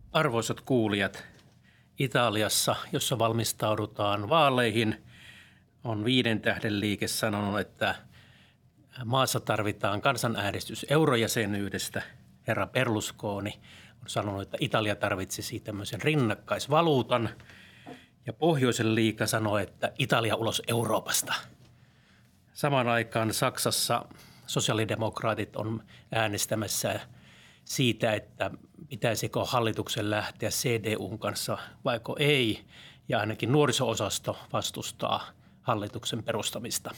Arvoisat kuulijat, Italiassa, jossa valmistaudutaan vaaleihin, on 5 tähden liike sanonut, että maassa tarvitaan kansanäänestys eurojäsenyydestä. Herra Berlusconi on sanonut, että Italia tarvitsisi tämmöisen rinnakkaisvaluutan. Ja Pohjoisen liiga sanoi, että Italia ulos Euroopasta. Samaan aikaan Saksassa sosiaalidemokraatit on äänestämässä siitä, että pitäisikö hallituksen lähteä CDUn kanssa vaiko ei. Ja ainakin nuoriso-osasto vastustaa hallituksen perustamista.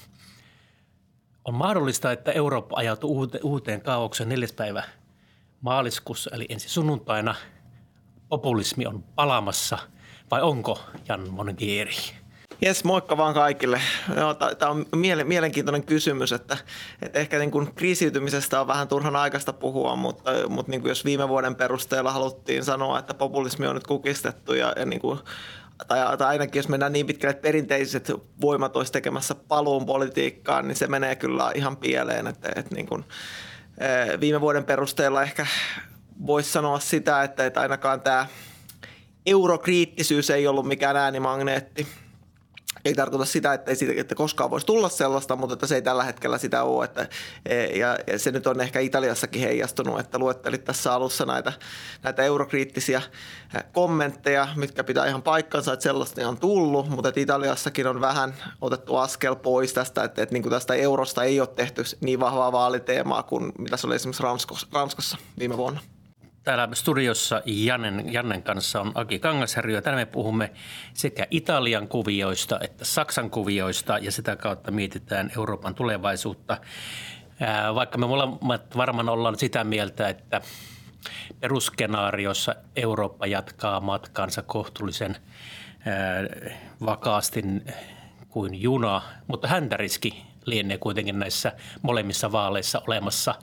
On mahdollista, että Eurooppa ajautuu uuteen kaaokseen 4. päivä maaliskuussa, eli ensi sunnuntaina. Populismi on palaamassa, vai onko, Jan Mongieri? Jes, moikka vaan kaikille. Tämä on mielenkiintoinen kysymys, että ehkä niin kuin kriisiytymisestä on vähän turhan aikaista puhua, mutta niin kuin jos viime vuoden perusteella haluttiin sanoa, että populismi on nyt kukistettu ja niin kuin, tai ainakin jos mennään niin pitkälle, että perinteiset voimat olisi tekemässä paluun politiikkaan, niin se menee kyllä ihan pieleen. Että niin kuin, viime vuoden perusteella ehkä voisi sanoa sitä, että ainakaan tämä eurokriittisyys ei ollut mikään äänimagneetti. Ei tarkoita sitä, että koskaan voisi tulla sellaista, mutta että se ei tällä hetkellä sitä ole. Ja se nyt on ehkä Italiassakin heijastunut, että luettelit tässä alussa näitä eurokriittisiä kommentteja, mitkä pitää ihan paikkansa, että sellaista on tullut, mutta että Italiassakin on vähän otettu askel pois tästä, että niin kuin tästä eurosta ei ole tehty niin vahvaa vaaliteemaa kuin mitä se oli esimerkiksi Ranskassa viime vuonna. Täällä studiossa Jannen kanssa on Aki Kangasharju ja tänään me puhumme sekä Italian kuvioista että Saksan kuvioista ja sitä kautta mietitään Euroopan tulevaisuutta. Vaikka me molemmat varmaan ollaan sitä mieltä, että perusskenaariossa Eurooppa jatkaa matkaansa kohtuullisen vakaasti kuin juna, mutta häntäriski lienee kuitenkin näissä molemmissa vaaleissa olemassa.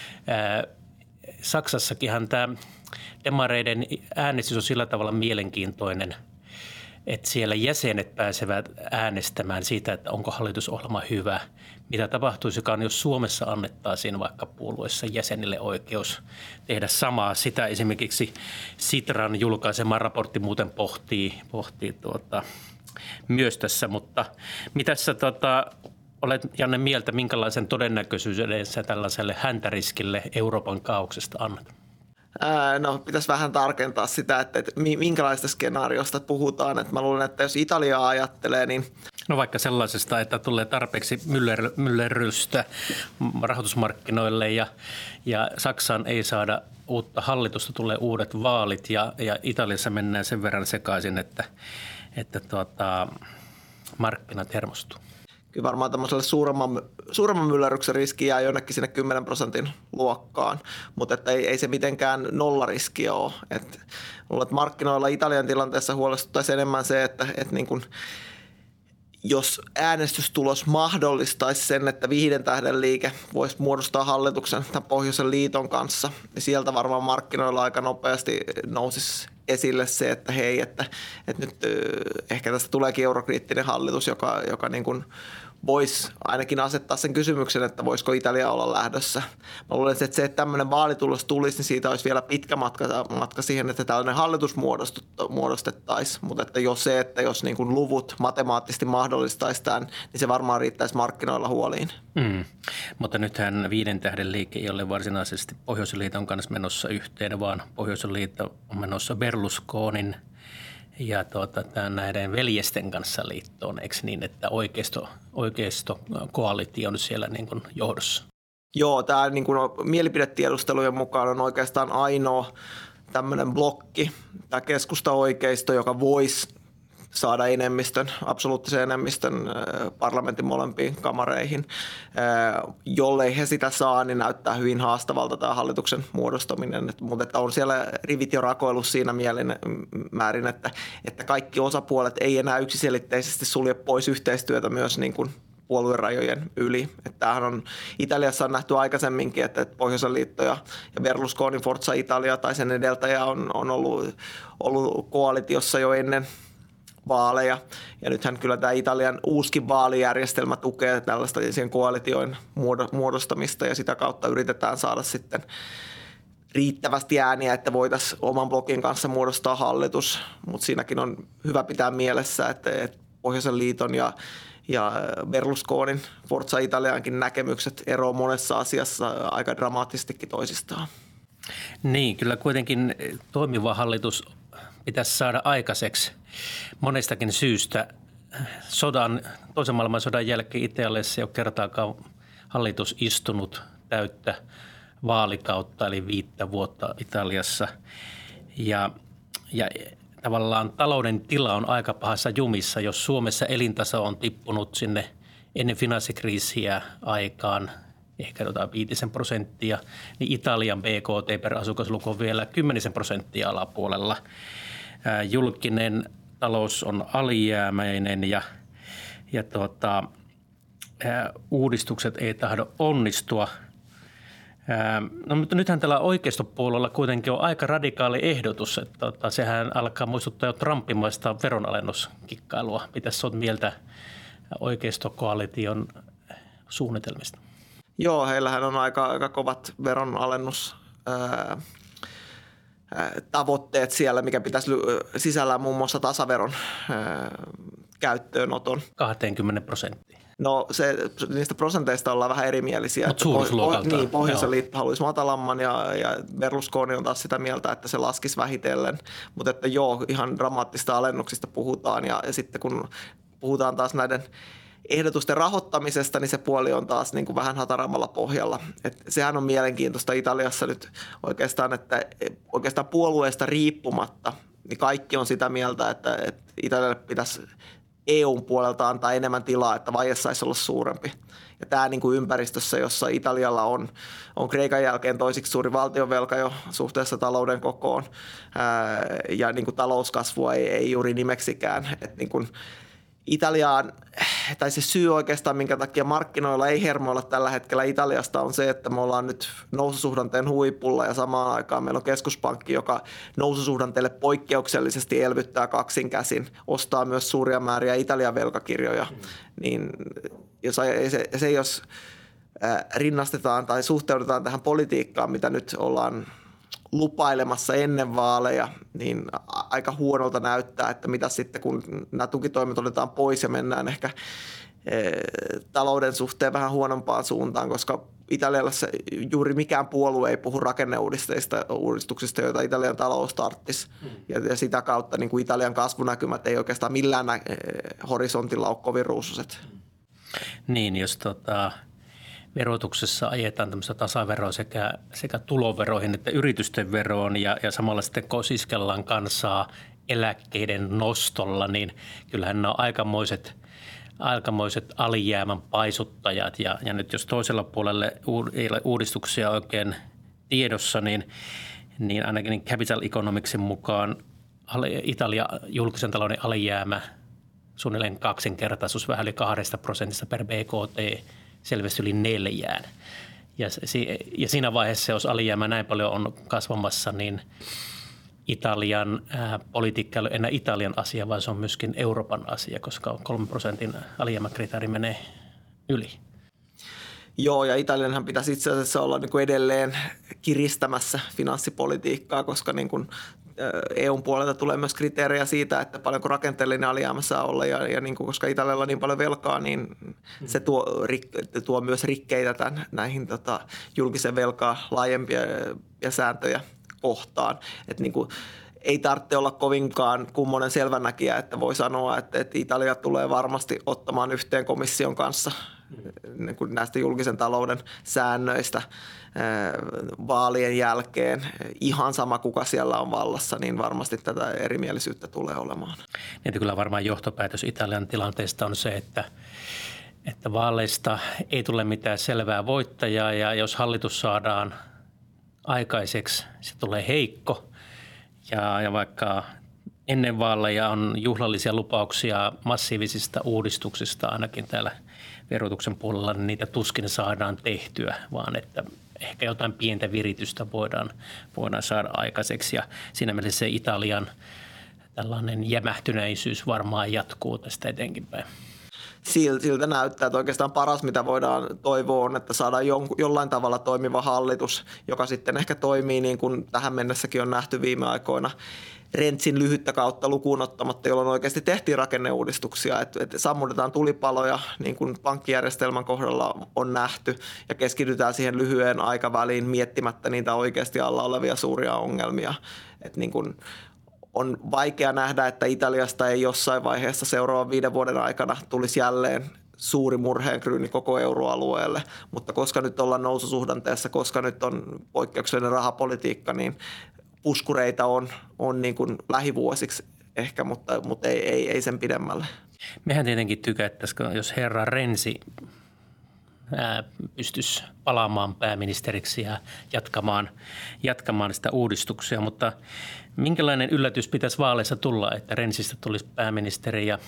Saksassakinhan tämä demareiden äänestys on sillä tavalla mielenkiintoinen, että siellä jäsenet pääsevät äänestämään siitä, että onko hallitusohjelma hyvä. Mitä tapahtuisikaan, jos Suomessa annettaisiin vaikka puolueessa jäsenille oikeus tehdä samaa. Sitä esimerkiksi Sitran julkaisema raportti muuten pohtii myös tässä, mutta mitäs olet, Janne, mieltä, minkälaisen todennäköisyyden sä tällaiselle häntäriskille Euroopan kaauksesta annat? No, pitäisi vähän tarkentaa sitä, että minkälaista skenaariosta puhutaan. Että mä luulen, että jos Italiaa ajattelee, niin... No vaikka sellaisesta, että tulee tarpeeksi myllerrystä rahoitusmarkkinoille ja Saksaan ei saada uutta hallitusta, tulee uudet vaalit ja Italiassa mennään sen verran sekaisin, että markkinat hermostuu. Kyllä varmaan tämmöiselle suuremman myllerryksen riski jää jonnekin sinne 10% luokkaan, mutta että ei se mitenkään nollariski ole. Että markkinoilla Italian tilanteessa huolestuttaisi enemmän se, että niin kuin, jos äänestystulos mahdollistaisi sen, että 5 tähden liike voisi muodostaa hallituksen tämän Pohjoisen liiton kanssa, niin sieltä varmaan markkinoilla aika nopeasti nousisi esille se, että hei, että nyt ehkä tästä tuleekin eurokriittinen hallitus, joka niin kuin voisi ainakin asettaa sen kysymyksen, että voisiko Italia olla lähdössä. Mä luulen, että se, että tämmöinen vaalitulos tulisi, niin siitä olisi vielä pitkä matka siihen, että tällainen hallitus muodostettaisiin. Mutta että jos niin kuin luvut matemaattisesti mahdollistaisi tämän, niin se varmaan riittäisi markkinoilla huoliin. Mutta nythän 5 tähden liike ei ole varsinaisesti Pohjoisen liiton kanssa menossa yhteen, vaan Pohjoisen liitto on menossa Berlusconin ja näiden veljesten kanssa liittoon, eikö niin, että oikeistokoalitio on siellä niin kuin johdossa? Joo, tämä niin kuin mielipidetiedustelujen mukaan on oikeastaan ainoa tämmöinen blokki, tämä keskusta-oikeisto, joka voisi saada absoluuttisen enemmistön parlamentin molempiin kamareihin. Jollei he sitä saa, niin näyttää hyvin haastavalta tämä hallituksen muodostaminen. Mutta on siellä rivit jo rakoillut siinä määrin, että kaikki osapuolet ei enää yksiselitteisesti sulje pois yhteistyötä myös niin kuin puoluerajojen yli. Tämähän on Italiassa on nähty aikaisemminkin, että Pohjoisen liitto ja Berlusconin Forza Italia tai sen edeltäjä on ollut koalitiossa jo ennen vaaleja. Ja nythän kyllä tämä Italian uuskin vaalijärjestelmä tukee tällaista koalitioin muodostamista ja sitä kautta yritetään saada sitten riittävästi ääniä, että voitaisiin oman blokin kanssa muodostaa hallitus, mutta siinäkin on hyvä pitää mielessä, että Pohjoisen liiton ja Berlusconin Forza Italiankin näkemykset eroavat monessa asiassa aika dramaattistikin toisistaan. Niin, kyllä kuitenkin toimiva hallitus pitäisi saada aikaiseksi monestakin syystä. Toisen maailmansodan jälkeen Italiassa ei ole kertaakaan hallitus istunut täyttä vaalikautta, eli 5 vuotta Italiassa. Ja tavallaan talouden tila on aika pahassa jumissa. Jos Suomessa elintaso on tippunut sinne ennen finanssikriisiä aikaan ehkä 5%, niin Italian BKT per asukasluku on vielä 10% alapuolella. Julkinen talous on alijäämäinen ja uudistukset ei tahdo onnistua. No, mutta nythän tällä oikeistopuolella kuitenkin on aika radikaali ehdotus, että sehän alkaa muistuttaa jo Trumpimaista veronalennuskikkailua. Mitäs sä oot mieltä oikeistokoalition suunnitelmista? Joo, heillähän on aika kovat veronalennus tavoitteet siellä, mikä pitäisi sisällään muun muassa tasaveron käyttöönoton. 20%. No niistä prosenteista ollaan vähän erimielisiä. Mutta suuruusluokalta. Niin, Pohjoisen liitto haluaisi matalamman ja Berlusconi on taas sitä mieltä, että se laskisi vähitellen. Mutta että joo, ihan dramaattista alennuksista puhutaan ja sitten kun puhutaan taas näiden ehdotusten rahoittamisesta, niin se puoli on taas niin kuin vähän hatarammalla pohjalla. Et sehän on mielenkiintoista Italiassa nyt oikeastaan, että oikeastaan puolueesta riippumatta, niin kaikki on sitä mieltä, että Italialle pitäisi EUn puolelta antaa enemmän tilaa, että vaje saisi olla suurempi. Ja tämä niin kuin ympäristössä, jossa Italialla on Kreikan jälkeen toisiksi suuri valtionvelka jo suhteessa talouden kokoon ja niin kuin talouskasvua ei juuri nimeksikään. Että niin kuin Italiaan, tai se syy oikeastaan, minkä takia markkinoilla ei hermoilla tällä hetkellä Italiasta on se, että me ollaan nyt noususuhdanteen huipulla ja samaan aikaan meillä on keskuspankki, joka noususuhdanteelle poikkeuksellisesti elvyttää kaksin käsin, ostaa myös suuria määriä Italian velkakirjoja. Niin jos rinnastetaan tai suhteudutaan tähän politiikkaan, mitä nyt ollaan lupailemassa ennen vaaleja, niin aika huonolta näyttää, että mitä sitten kun nämä tukitoimet otetaan pois ja mennään ehkä talouden suhteen vähän suuntaan, koska Italiassa juuri mikään puolue ei puhu rakenneuudistuksista, joita Italian talous tarttisi. Ja sitä kautta niin kuin Italian kasvunäkymät ei oikeastaan millään horisontilla ole kovin ruusuiset. Niin, jos verotuksessa ajetaan tämmöistä tasaveroa sekä tuloveroihin että yritysten veroon ja samalla sitten kosiskellaan kansaa eläkkeiden nostolla, niin kyllähän nämä on aikamoiset alijäämän paisuttajat. Ja nyt jos toisella puolella ei ole uudistuksia oikein tiedossa, niin ainakin Capital Economicsin mukaan Italia julkisen talouden alijäämä suunnilleen kaksinkertaisuus vähän yli 2% per BKT selvästi yli 4. Ja siinä vaiheessa, jos alijäämä näin paljon on kasvamassa, niin Italian politiikka ei ole enää Italian asia, vaan se on myöskin Euroopan asia, koska 3% alijäämäkriteeri menee yli. Joo, ja Italianhan pitäisi itse asiassa olla niin kuin edelleen kiristämässä finanssipolitiikkaa, koska niin kuin EUn puolelta tulee myös kriteerejä siitä, että paljonko rakenteellinen alijäämä saa olla ja niin kuin, koska Italialla on niin paljon velkaa, niin se tuo myös rikkeitä näihin julkisen velkaa laajempia ja sääntöjä kohtaan. Että niin kuin, ei tarvitse olla kovinkaan kummonen selvänäkijä, että voi sanoa, että Italia tulee varmasti ottamaan yhteen komission kanssa niin kuin näistä julkisen talouden säännöistä vaalien jälkeen. Ihan sama, kuka siellä on vallassa, niin varmasti tätä erimielisyyttä tulee olemaan. Niin, kyllä varmaan johtopäätös Italian tilanteesta on se, että vaaleista ei tule mitään selvää voittajaa ja jos hallitus saadaan aikaiseksi, se tulee heikko. Ja vaikka ennen vaaleja on juhlallisia lupauksia massiivisista uudistuksista ainakin täällä verotuksen puolella, niin niitä tuskin saadaan tehtyä, vaan että ehkä jotain pientä viritystä voidaan saada aikaiseksi. Ja siinä mielessä se Italian tällainen jämähtyneisyys varmaan jatkuu tästä eteenkin päin. siltä näyttää, että oikeastaan paras, mitä voidaan toivoa, on, että saadaan jollain tavalla toimiva hallitus, joka sitten ehkä toimii niin kuin tähän mennessäkin on nähty viime aikoina Rentsin lyhyttä kautta lukuun ottamatta, jolloin oikeasti tehtiin rakenneuudistuksia, että sammutetaan tulipaloja, niin kuin pankkijärjestelmän kohdalla on nähty, ja keskitytään siihen lyhyen aikaväliin miettimättä niitä oikeasti alla olevia suuria ongelmia. Että niin kuin on vaikea nähdä, että Italiasta ei jossain vaiheessa seuraavan 5 vuoden aikana tulisi jälleen suuri murheenkryyni koko euroalueelle, mutta koska nyt ollaan noususuhdanteessa, koska nyt on poikkeuksellinen rahapolitiikka, niin puskureita on niin kuin lähivuosiksi ehkä, mutta ei sen pidemmälle. Mehän tietenkin tykättäisiin, jos herra Renzi pystyisi palaamaan pääministeriksi ja jatkamaan sitä uudistuksia, mutta minkälainen yllätys pitäisi vaaleissa tulla, että Renzistä tulisi pääministeri ja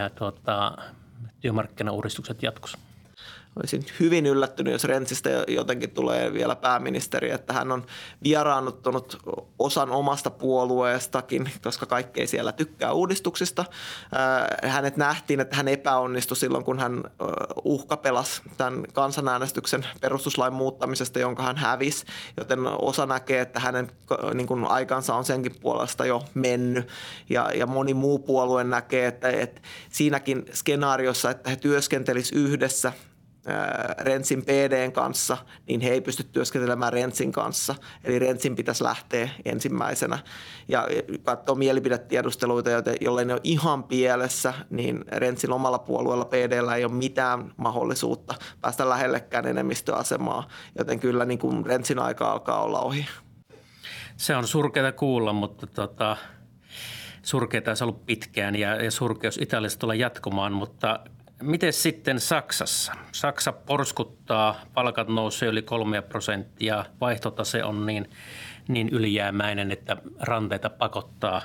työmarkkinauudistukset jatkossa? Olisin hyvin yllättynyt, jos Rentsistä jotenkin tulee vielä pääministeri, että hän on vieraannuttanut osan omasta puolueestakin, koska kaikki ei siellä tykkää uudistuksista. Hänet nähtiin, että hän epäonnistui silloin, kun hän uhkapelasi tämän kansanäänestyksen perustuslain muuttamisesta, jonka hän hävisi, joten osa näkee, että hänen niin kuin aikansa on senkin puolesta jo mennyt ja moni muu puolue näkee, että siinäkin skenaariossa, että he työskentelisivät yhdessä Renzin PD:n kanssa, niin he ei pysty työskentelemään Renzin kanssa. Eli Renzin pitäisi lähteä ensimmäisenä. Ja katsoo mielipidetiedusteluita, jollei ne ole ihan pielessä, niin Renzin omalla puolueella PD:llä ei ole mitään mahdollisuutta päästä lähellekään enemmistöasemaa. Joten kyllä niin kuin Renzin aika alkaa olla ohi. Se on surkeaa kuulla, mutta surkeaa olisi ollut pitkään ja surkeus Italiasta tulee jatkumaan, mutta miten sitten Saksassa? Saksa porskuttaa, palkat nousee yli 3%, vaihtotase on niin ylijäämäinen, että ranteita pakottaa.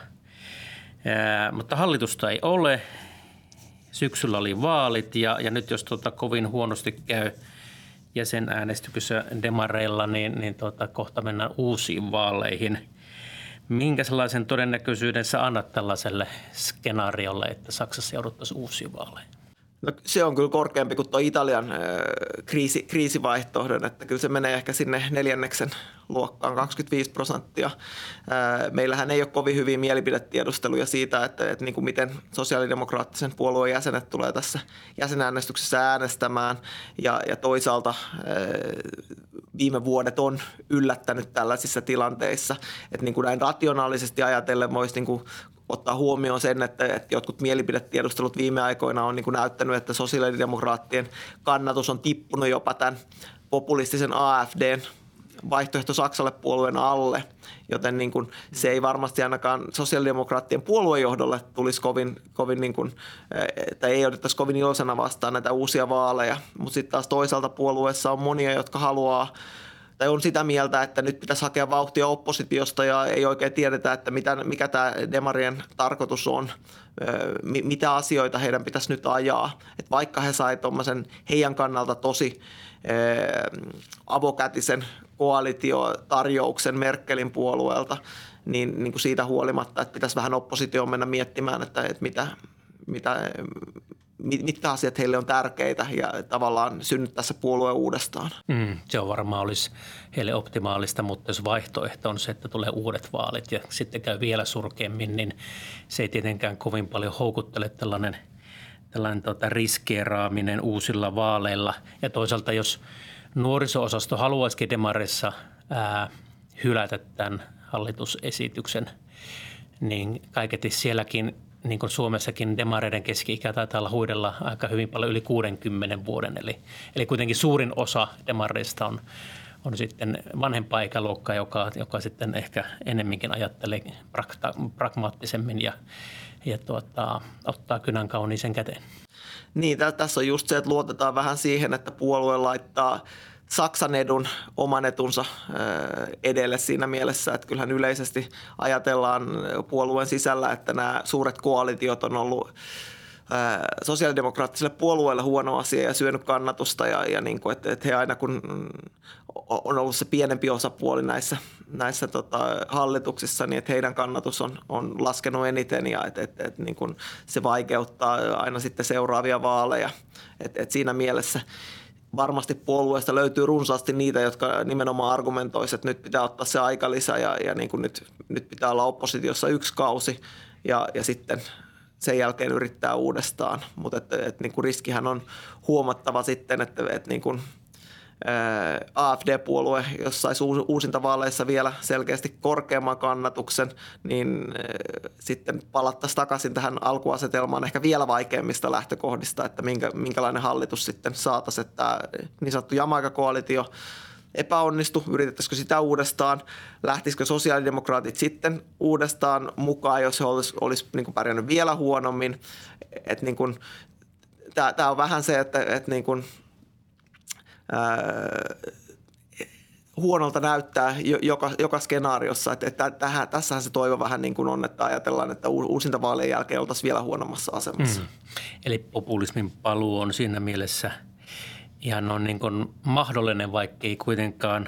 Mutta hallitusta ei ole. Syksyllä oli vaalit ja nyt jos kovin huonosti käy jäsenäänestyksessä demareilla, niin kohta mennään uusiin vaaleihin. Minkä sellaisen todennäköisyyden sä annat tällaiselle skenaariolle, että Saksassa jouduttaisiin uusiin vaaleihin? No, se on kyllä korkeampi kuin tuo Italian kriisivaihtoehdon, että kyllä se menee ehkä sinne 4. luokkaan 25%. Meillähän ei ole kovin hyviä mielipidetiedusteluja siitä, että niin kuin miten sosiaalidemokraattisen puolueen jäsenet tulee tässä jäsenäänestyksessä äänestämään ja toisaalta viime vuodet on yllättänyt tällaisissa tilanteissa, että niin kuin näin rationaalisesti ajatellen voisi niin kuin ottaa huomioon sen, että jotkut mielipidetiedustelut viime aikoina on niin kuin näyttänyt, että sosiaalidemokraattien kannatus on tippunut jopa tämän populistisen AfDn vaihtoehto Saksalle puolueen alle, joten niin kuin se ei varmasti ainakaan sosiaalidemokraattien puoluejohdolle tulisi kovin niin kuin, tai ei otettaisi kovin iloisena vastaan näitä uusia vaaleja, mutta sitten taas toisaalta puolueessa on monia, jotka haluaa tai on sitä mieltä, että nyt pitäisi hakea vauhtia oppositiosta ja ei oikein tiedetä, että mikä tämä demarien tarkoitus on, mitä asioita heidän pitäisi nyt ajaa. Et vaikka he sai tuommoisen heidän kannalta tosi avokätisen koalitiotarjouksen Merkelin puolueelta, niin kuin siitä huolimatta, että pitäisi vähän oppositioon mennä miettimään, että mitkä asiat heille on tärkeitä ja tavallaan synnyttää se puolue uudestaan. Se on varmaan olisi heille optimaalista, mutta jos vaihtoehto on se, että tulee uudet vaalit ja sitten käy vielä surkeammin, niin se ei tietenkään kovin paljon houkuttele tällainen riskeeraaminen uusilla vaaleilla. Ja toisaalta jos nuoriso-osasto haluaisikin demareissa hylätä tämän hallitusesityksen, niin kaiketi sielläkin niin kuin Suomessakin demareiden keski-ikä taitaa olla huidella aika hyvin paljon yli 60 vuoden. Eli kuitenkin suurin osa demareista on sitten vanhempaa ikäluokkaa, joka sitten ehkä enemmänkin ajattelee pragmaattisemmin ja ottaa kynän kauniisen käteen. Niin, tässä on just se, että luotetaan vähän siihen, että puolue laittaa Saksan edun oman etunsa edelle siinä mielessä, että kyllähän yleisesti ajatellaan puolueen sisällä, että nämä suuret koalitiot on ollut sosiaalidemokraattiselle puolueelle huono asia ja syönyt kannatusta ja niin kuin, että he aina kun on ollut se pienempi osapuoli näissä hallituksissa, niin että heidän kannatus on laskenut eniten ja että niin kuin se vaikeuttaa aina sitten seuraavia vaaleja. Että siinä mielessä varmasti puolueesta löytyy runsaasti niitä, jotka nimenomaan argumentoisivat, että nyt pitää ottaa se aikalisä ja niin kuin nyt pitää olla oppositiossa yksi kausi ja sitten sen jälkeen yrittää uudestaan. Mutta niin kuin riskihän on huomattava sitten, että niin kuin AfD-puolue, jos saisi uusintavaaleissa vielä selkeästi korkeamman kannatuksen, niin sitten palattaisiin takaisin tähän alkuasetelmaan ehkä vielä vaikeammista lähtökohdista, että minkälainen hallitus sitten saataisiin, että niin sanottu Jamaika-koalitio epäonnistu, yritettäisikö sitä uudestaan, lähtisikö sosiaalidemokraatit sitten uudestaan mukaan, jos he olisi niin kuin pärjännyt vielä huonommin. Niin tämä on vähän se, että niin kuin huonolta näyttää joka skenaariossa, että tässähän se toivo vähän niin kuin on, että ajatellaan, että uusintavaalien jälkeen oltaisiin vielä huonommassa asemassa. Eli populismin paluu on siinä mielessä ihan on niin kuin mahdollinen, vaikka ei kuitenkaan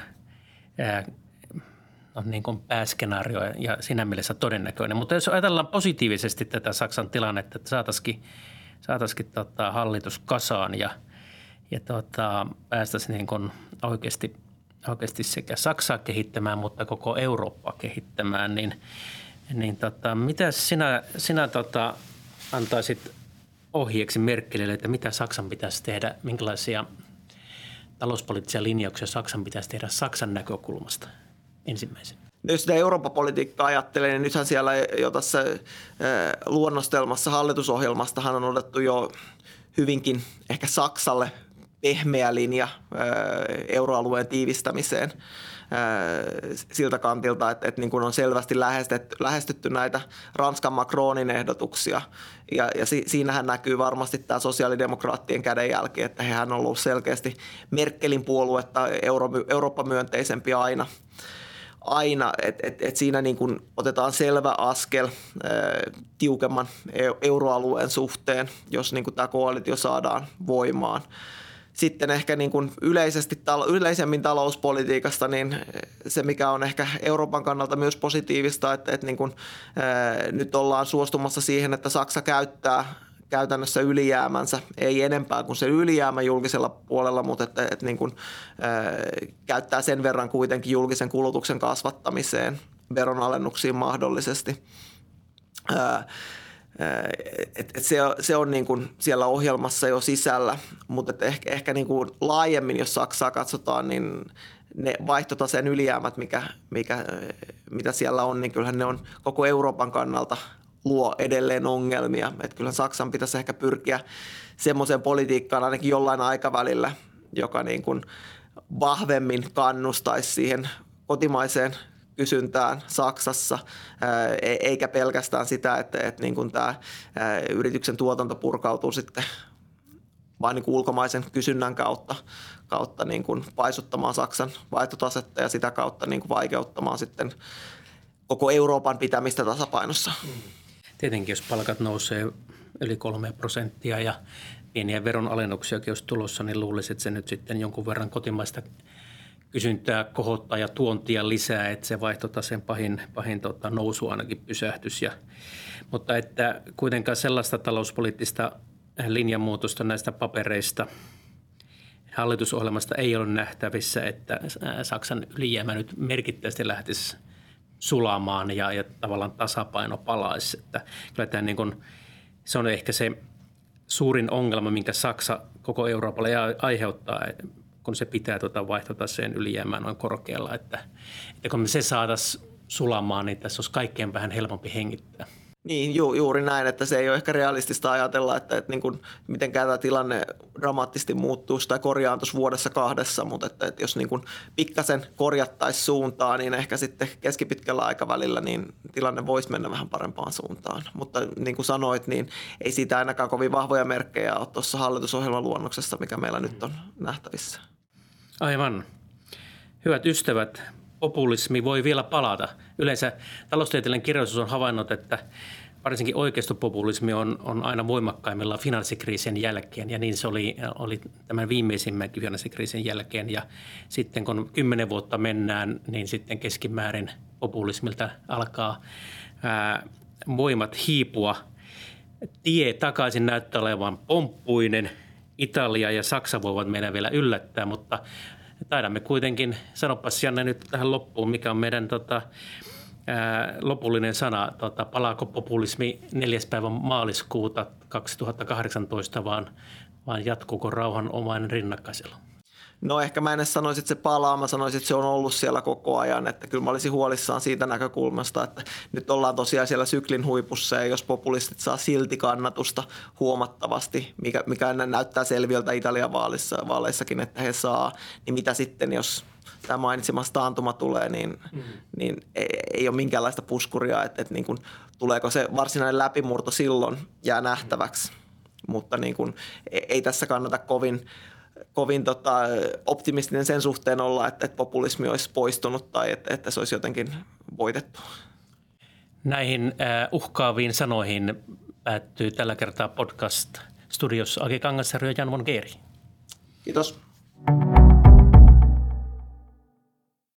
on niin kuin pääskenaario ja siinä mielessä todennäköinen. Mutta jos ajatellaan positiivisesti tätä Saksan tilannetta, että saataisiin hallitus kasaan ja päästäisiin niin kuin oikeasti sekä Saksaa kehittämään, mutta koko Eurooppaa kehittämään, niin mitä sinä antaisit ohjeeksi Merkelille, että mitä Saksan pitäisi tehdä, minkälaisia talouspoliittisia linjauksia Saksan pitäisi tehdä Saksan näkökulmasta ensimmäisenä? Jos sitä Eurooppa-politiikkaa ajattelee, niin nythän siellä jo tässä luonnostelmassa hallitusohjelmastahan on otettu jo hyvinkin ehkä Saksalle pehmeä linja euroalueen tiivistämiseen siltä kantilta, että niin kuin on selvästi lähestytty näitä Ranskan Macronin ehdotuksia. Ja siinähän näkyy varmasti tämä sosiaalidemokraattien kädenjälki, että hehän on ollut selkeästi Merkelin puoluetta Eurooppa-myönteisempi aina, että siinä niin kuin otetaan selvä askel tiukemman euroalueen suhteen, jos niin kuin tämä koalitio saadaan voimaan. Sitten ehkä niin kuin yleisemmin talouspolitiikasta, niin se mikä on ehkä Euroopan kannalta myös positiivista, että niin kuin, nyt ollaan suostumassa siihen, että Saksa käyttää käytännössä ylijäämänsä, ei enempää kuin se ylijäämä julkisella puolella, mutta että niin kuin, käyttää sen verran kuitenkin julkisen kulutuksen kasvattamiseen, veronalennuksiin mahdollisesti. Se on niin kuin siellä ohjelmassa jo sisällä, mutta ehkä niin kuin laajemmin, jos Saksaa katsotaan, niin ne vaihtotaseen ylijäämät, mitä siellä on, niin kyllähän ne on koko Euroopan kannalta luo edelleen ongelmia. Että kyllähän Saksan pitäisi ehkä pyrkiä semmoiseen politiikkaan ainakin jollain aikavälillä, joka niin kuin vahvemmin kannustaisi siihen kotimaiseen kysyntään Saksassa, eikä pelkästään sitä, että niin kuin tämä yrityksen tuotanto purkautuu sitten vain niin kuin ulkomaisen kysynnän kautta niin kuin paisuttamaan Saksan vaihtotasetta ja sitä kautta niin kuin vaikeuttamaan sitten koko Euroopan pitämistä tasapainossa. Tietenkin, jos palkat nousee yli 3% ja pieniä veronalennuksiakin olisi tulossa, niin luulisin, että se nyt sitten jonkun verran kotimaista kysyntää kohottaa ja tuontia lisää, että se vaihtotaseen pahin nousu ainakin pysähtyisi. Mutta että kuitenkaan sellaista talouspoliittista linjanmuutosta näistä papereista hallitusohjelmasta ei ole nähtävissä, että Saksan ylijäämä nyt merkittävästi lähtisi sulamaan ja tavallaan tasapaino palaisi. Että kyllä tämä niin kuin, se on ehkä se suurin ongelma, minkä Saksa koko Euroopalle aiheuttaa, kun se pitää vaihtotaseen ylijäämää noin korkealla. Että kun me se saataisiin sulamaan, niin tässä olisi kaikkein vähän helpompi hengittää. Niin, juuri näin, että se ei ole ehkä realistista ajatella, että niin kuin, mitenkään tämä tilanne dramaattisesti muuttuisi tai korjaantuisi vuodessa 2, mutta että jos niin kuin pikkasen korjattaisiin suuntaan, niin ehkä sitten keskipitkällä aikavälillä niin tilanne voisi mennä vähän parempaan suuntaan. Mutta niin kuin sanoit, niin ei siitä ainakaan kovin vahvoja merkkejä ole tuossa hallitusohjelman luonnoksessa, mikä meillä nyt on nähtävissä. Aivan. Hyvät ystävät, populismi voi vielä palata. Yleensä taloustieteellinen kirjallisuus on havainnut, että varsinkin oikeistopopulismi on aina voimakkaimmillaan finanssikriisin jälkeen ja niin se oli tämän viimeisimmän finanssikriisin jälkeen. Ja sitten kun 10 vuotta mennään, niin sitten keskimäärin populismilta alkaa voimat hiipua. Tie takaisin näyttää olevan pomppuinen. Italia ja Saksa voivat meidän vielä yllättää, mutta taidamme kuitenkin, sanopas Janne nyt tähän loppuun, mikä on meidän lopullinen sana, palaako populismi 4. päivä maaliskuuta 2018 vaan jatkuuko rauhanomainen rinnakkaiselu? No ehkä mä en edes sanoisi, että se palaa, mä sanoisin, että se on ollut siellä koko ajan, että kyllä mä olisin huolissaan siitä näkökulmasta, että nyt ollaan tosiaan siellä syklin huipussa ja jos populistit saa silti kannatusta huomattavasti, mikä näyttää selviöltä Italian vaaleissakin, että he saa, niin mitä sitten, jos tämä mainitsemassa taantuma tulee, niin ei ole minkäänlaista puskuria, että niin kuin, tuleeko se varsinainen läpimurto silloin, jää nähtäväksi, mutta niin kuin, ei tässä kannata kovin optimistinen sen suhteen olla, että populismi olisi poistunut tai että se olisi jotenkin voitettu. Näihin uhkaaviin sanoihin päättyy tällä kertaa podcast studiossa Aki Kangasarjo ja Jan von Geeri. Kiitos.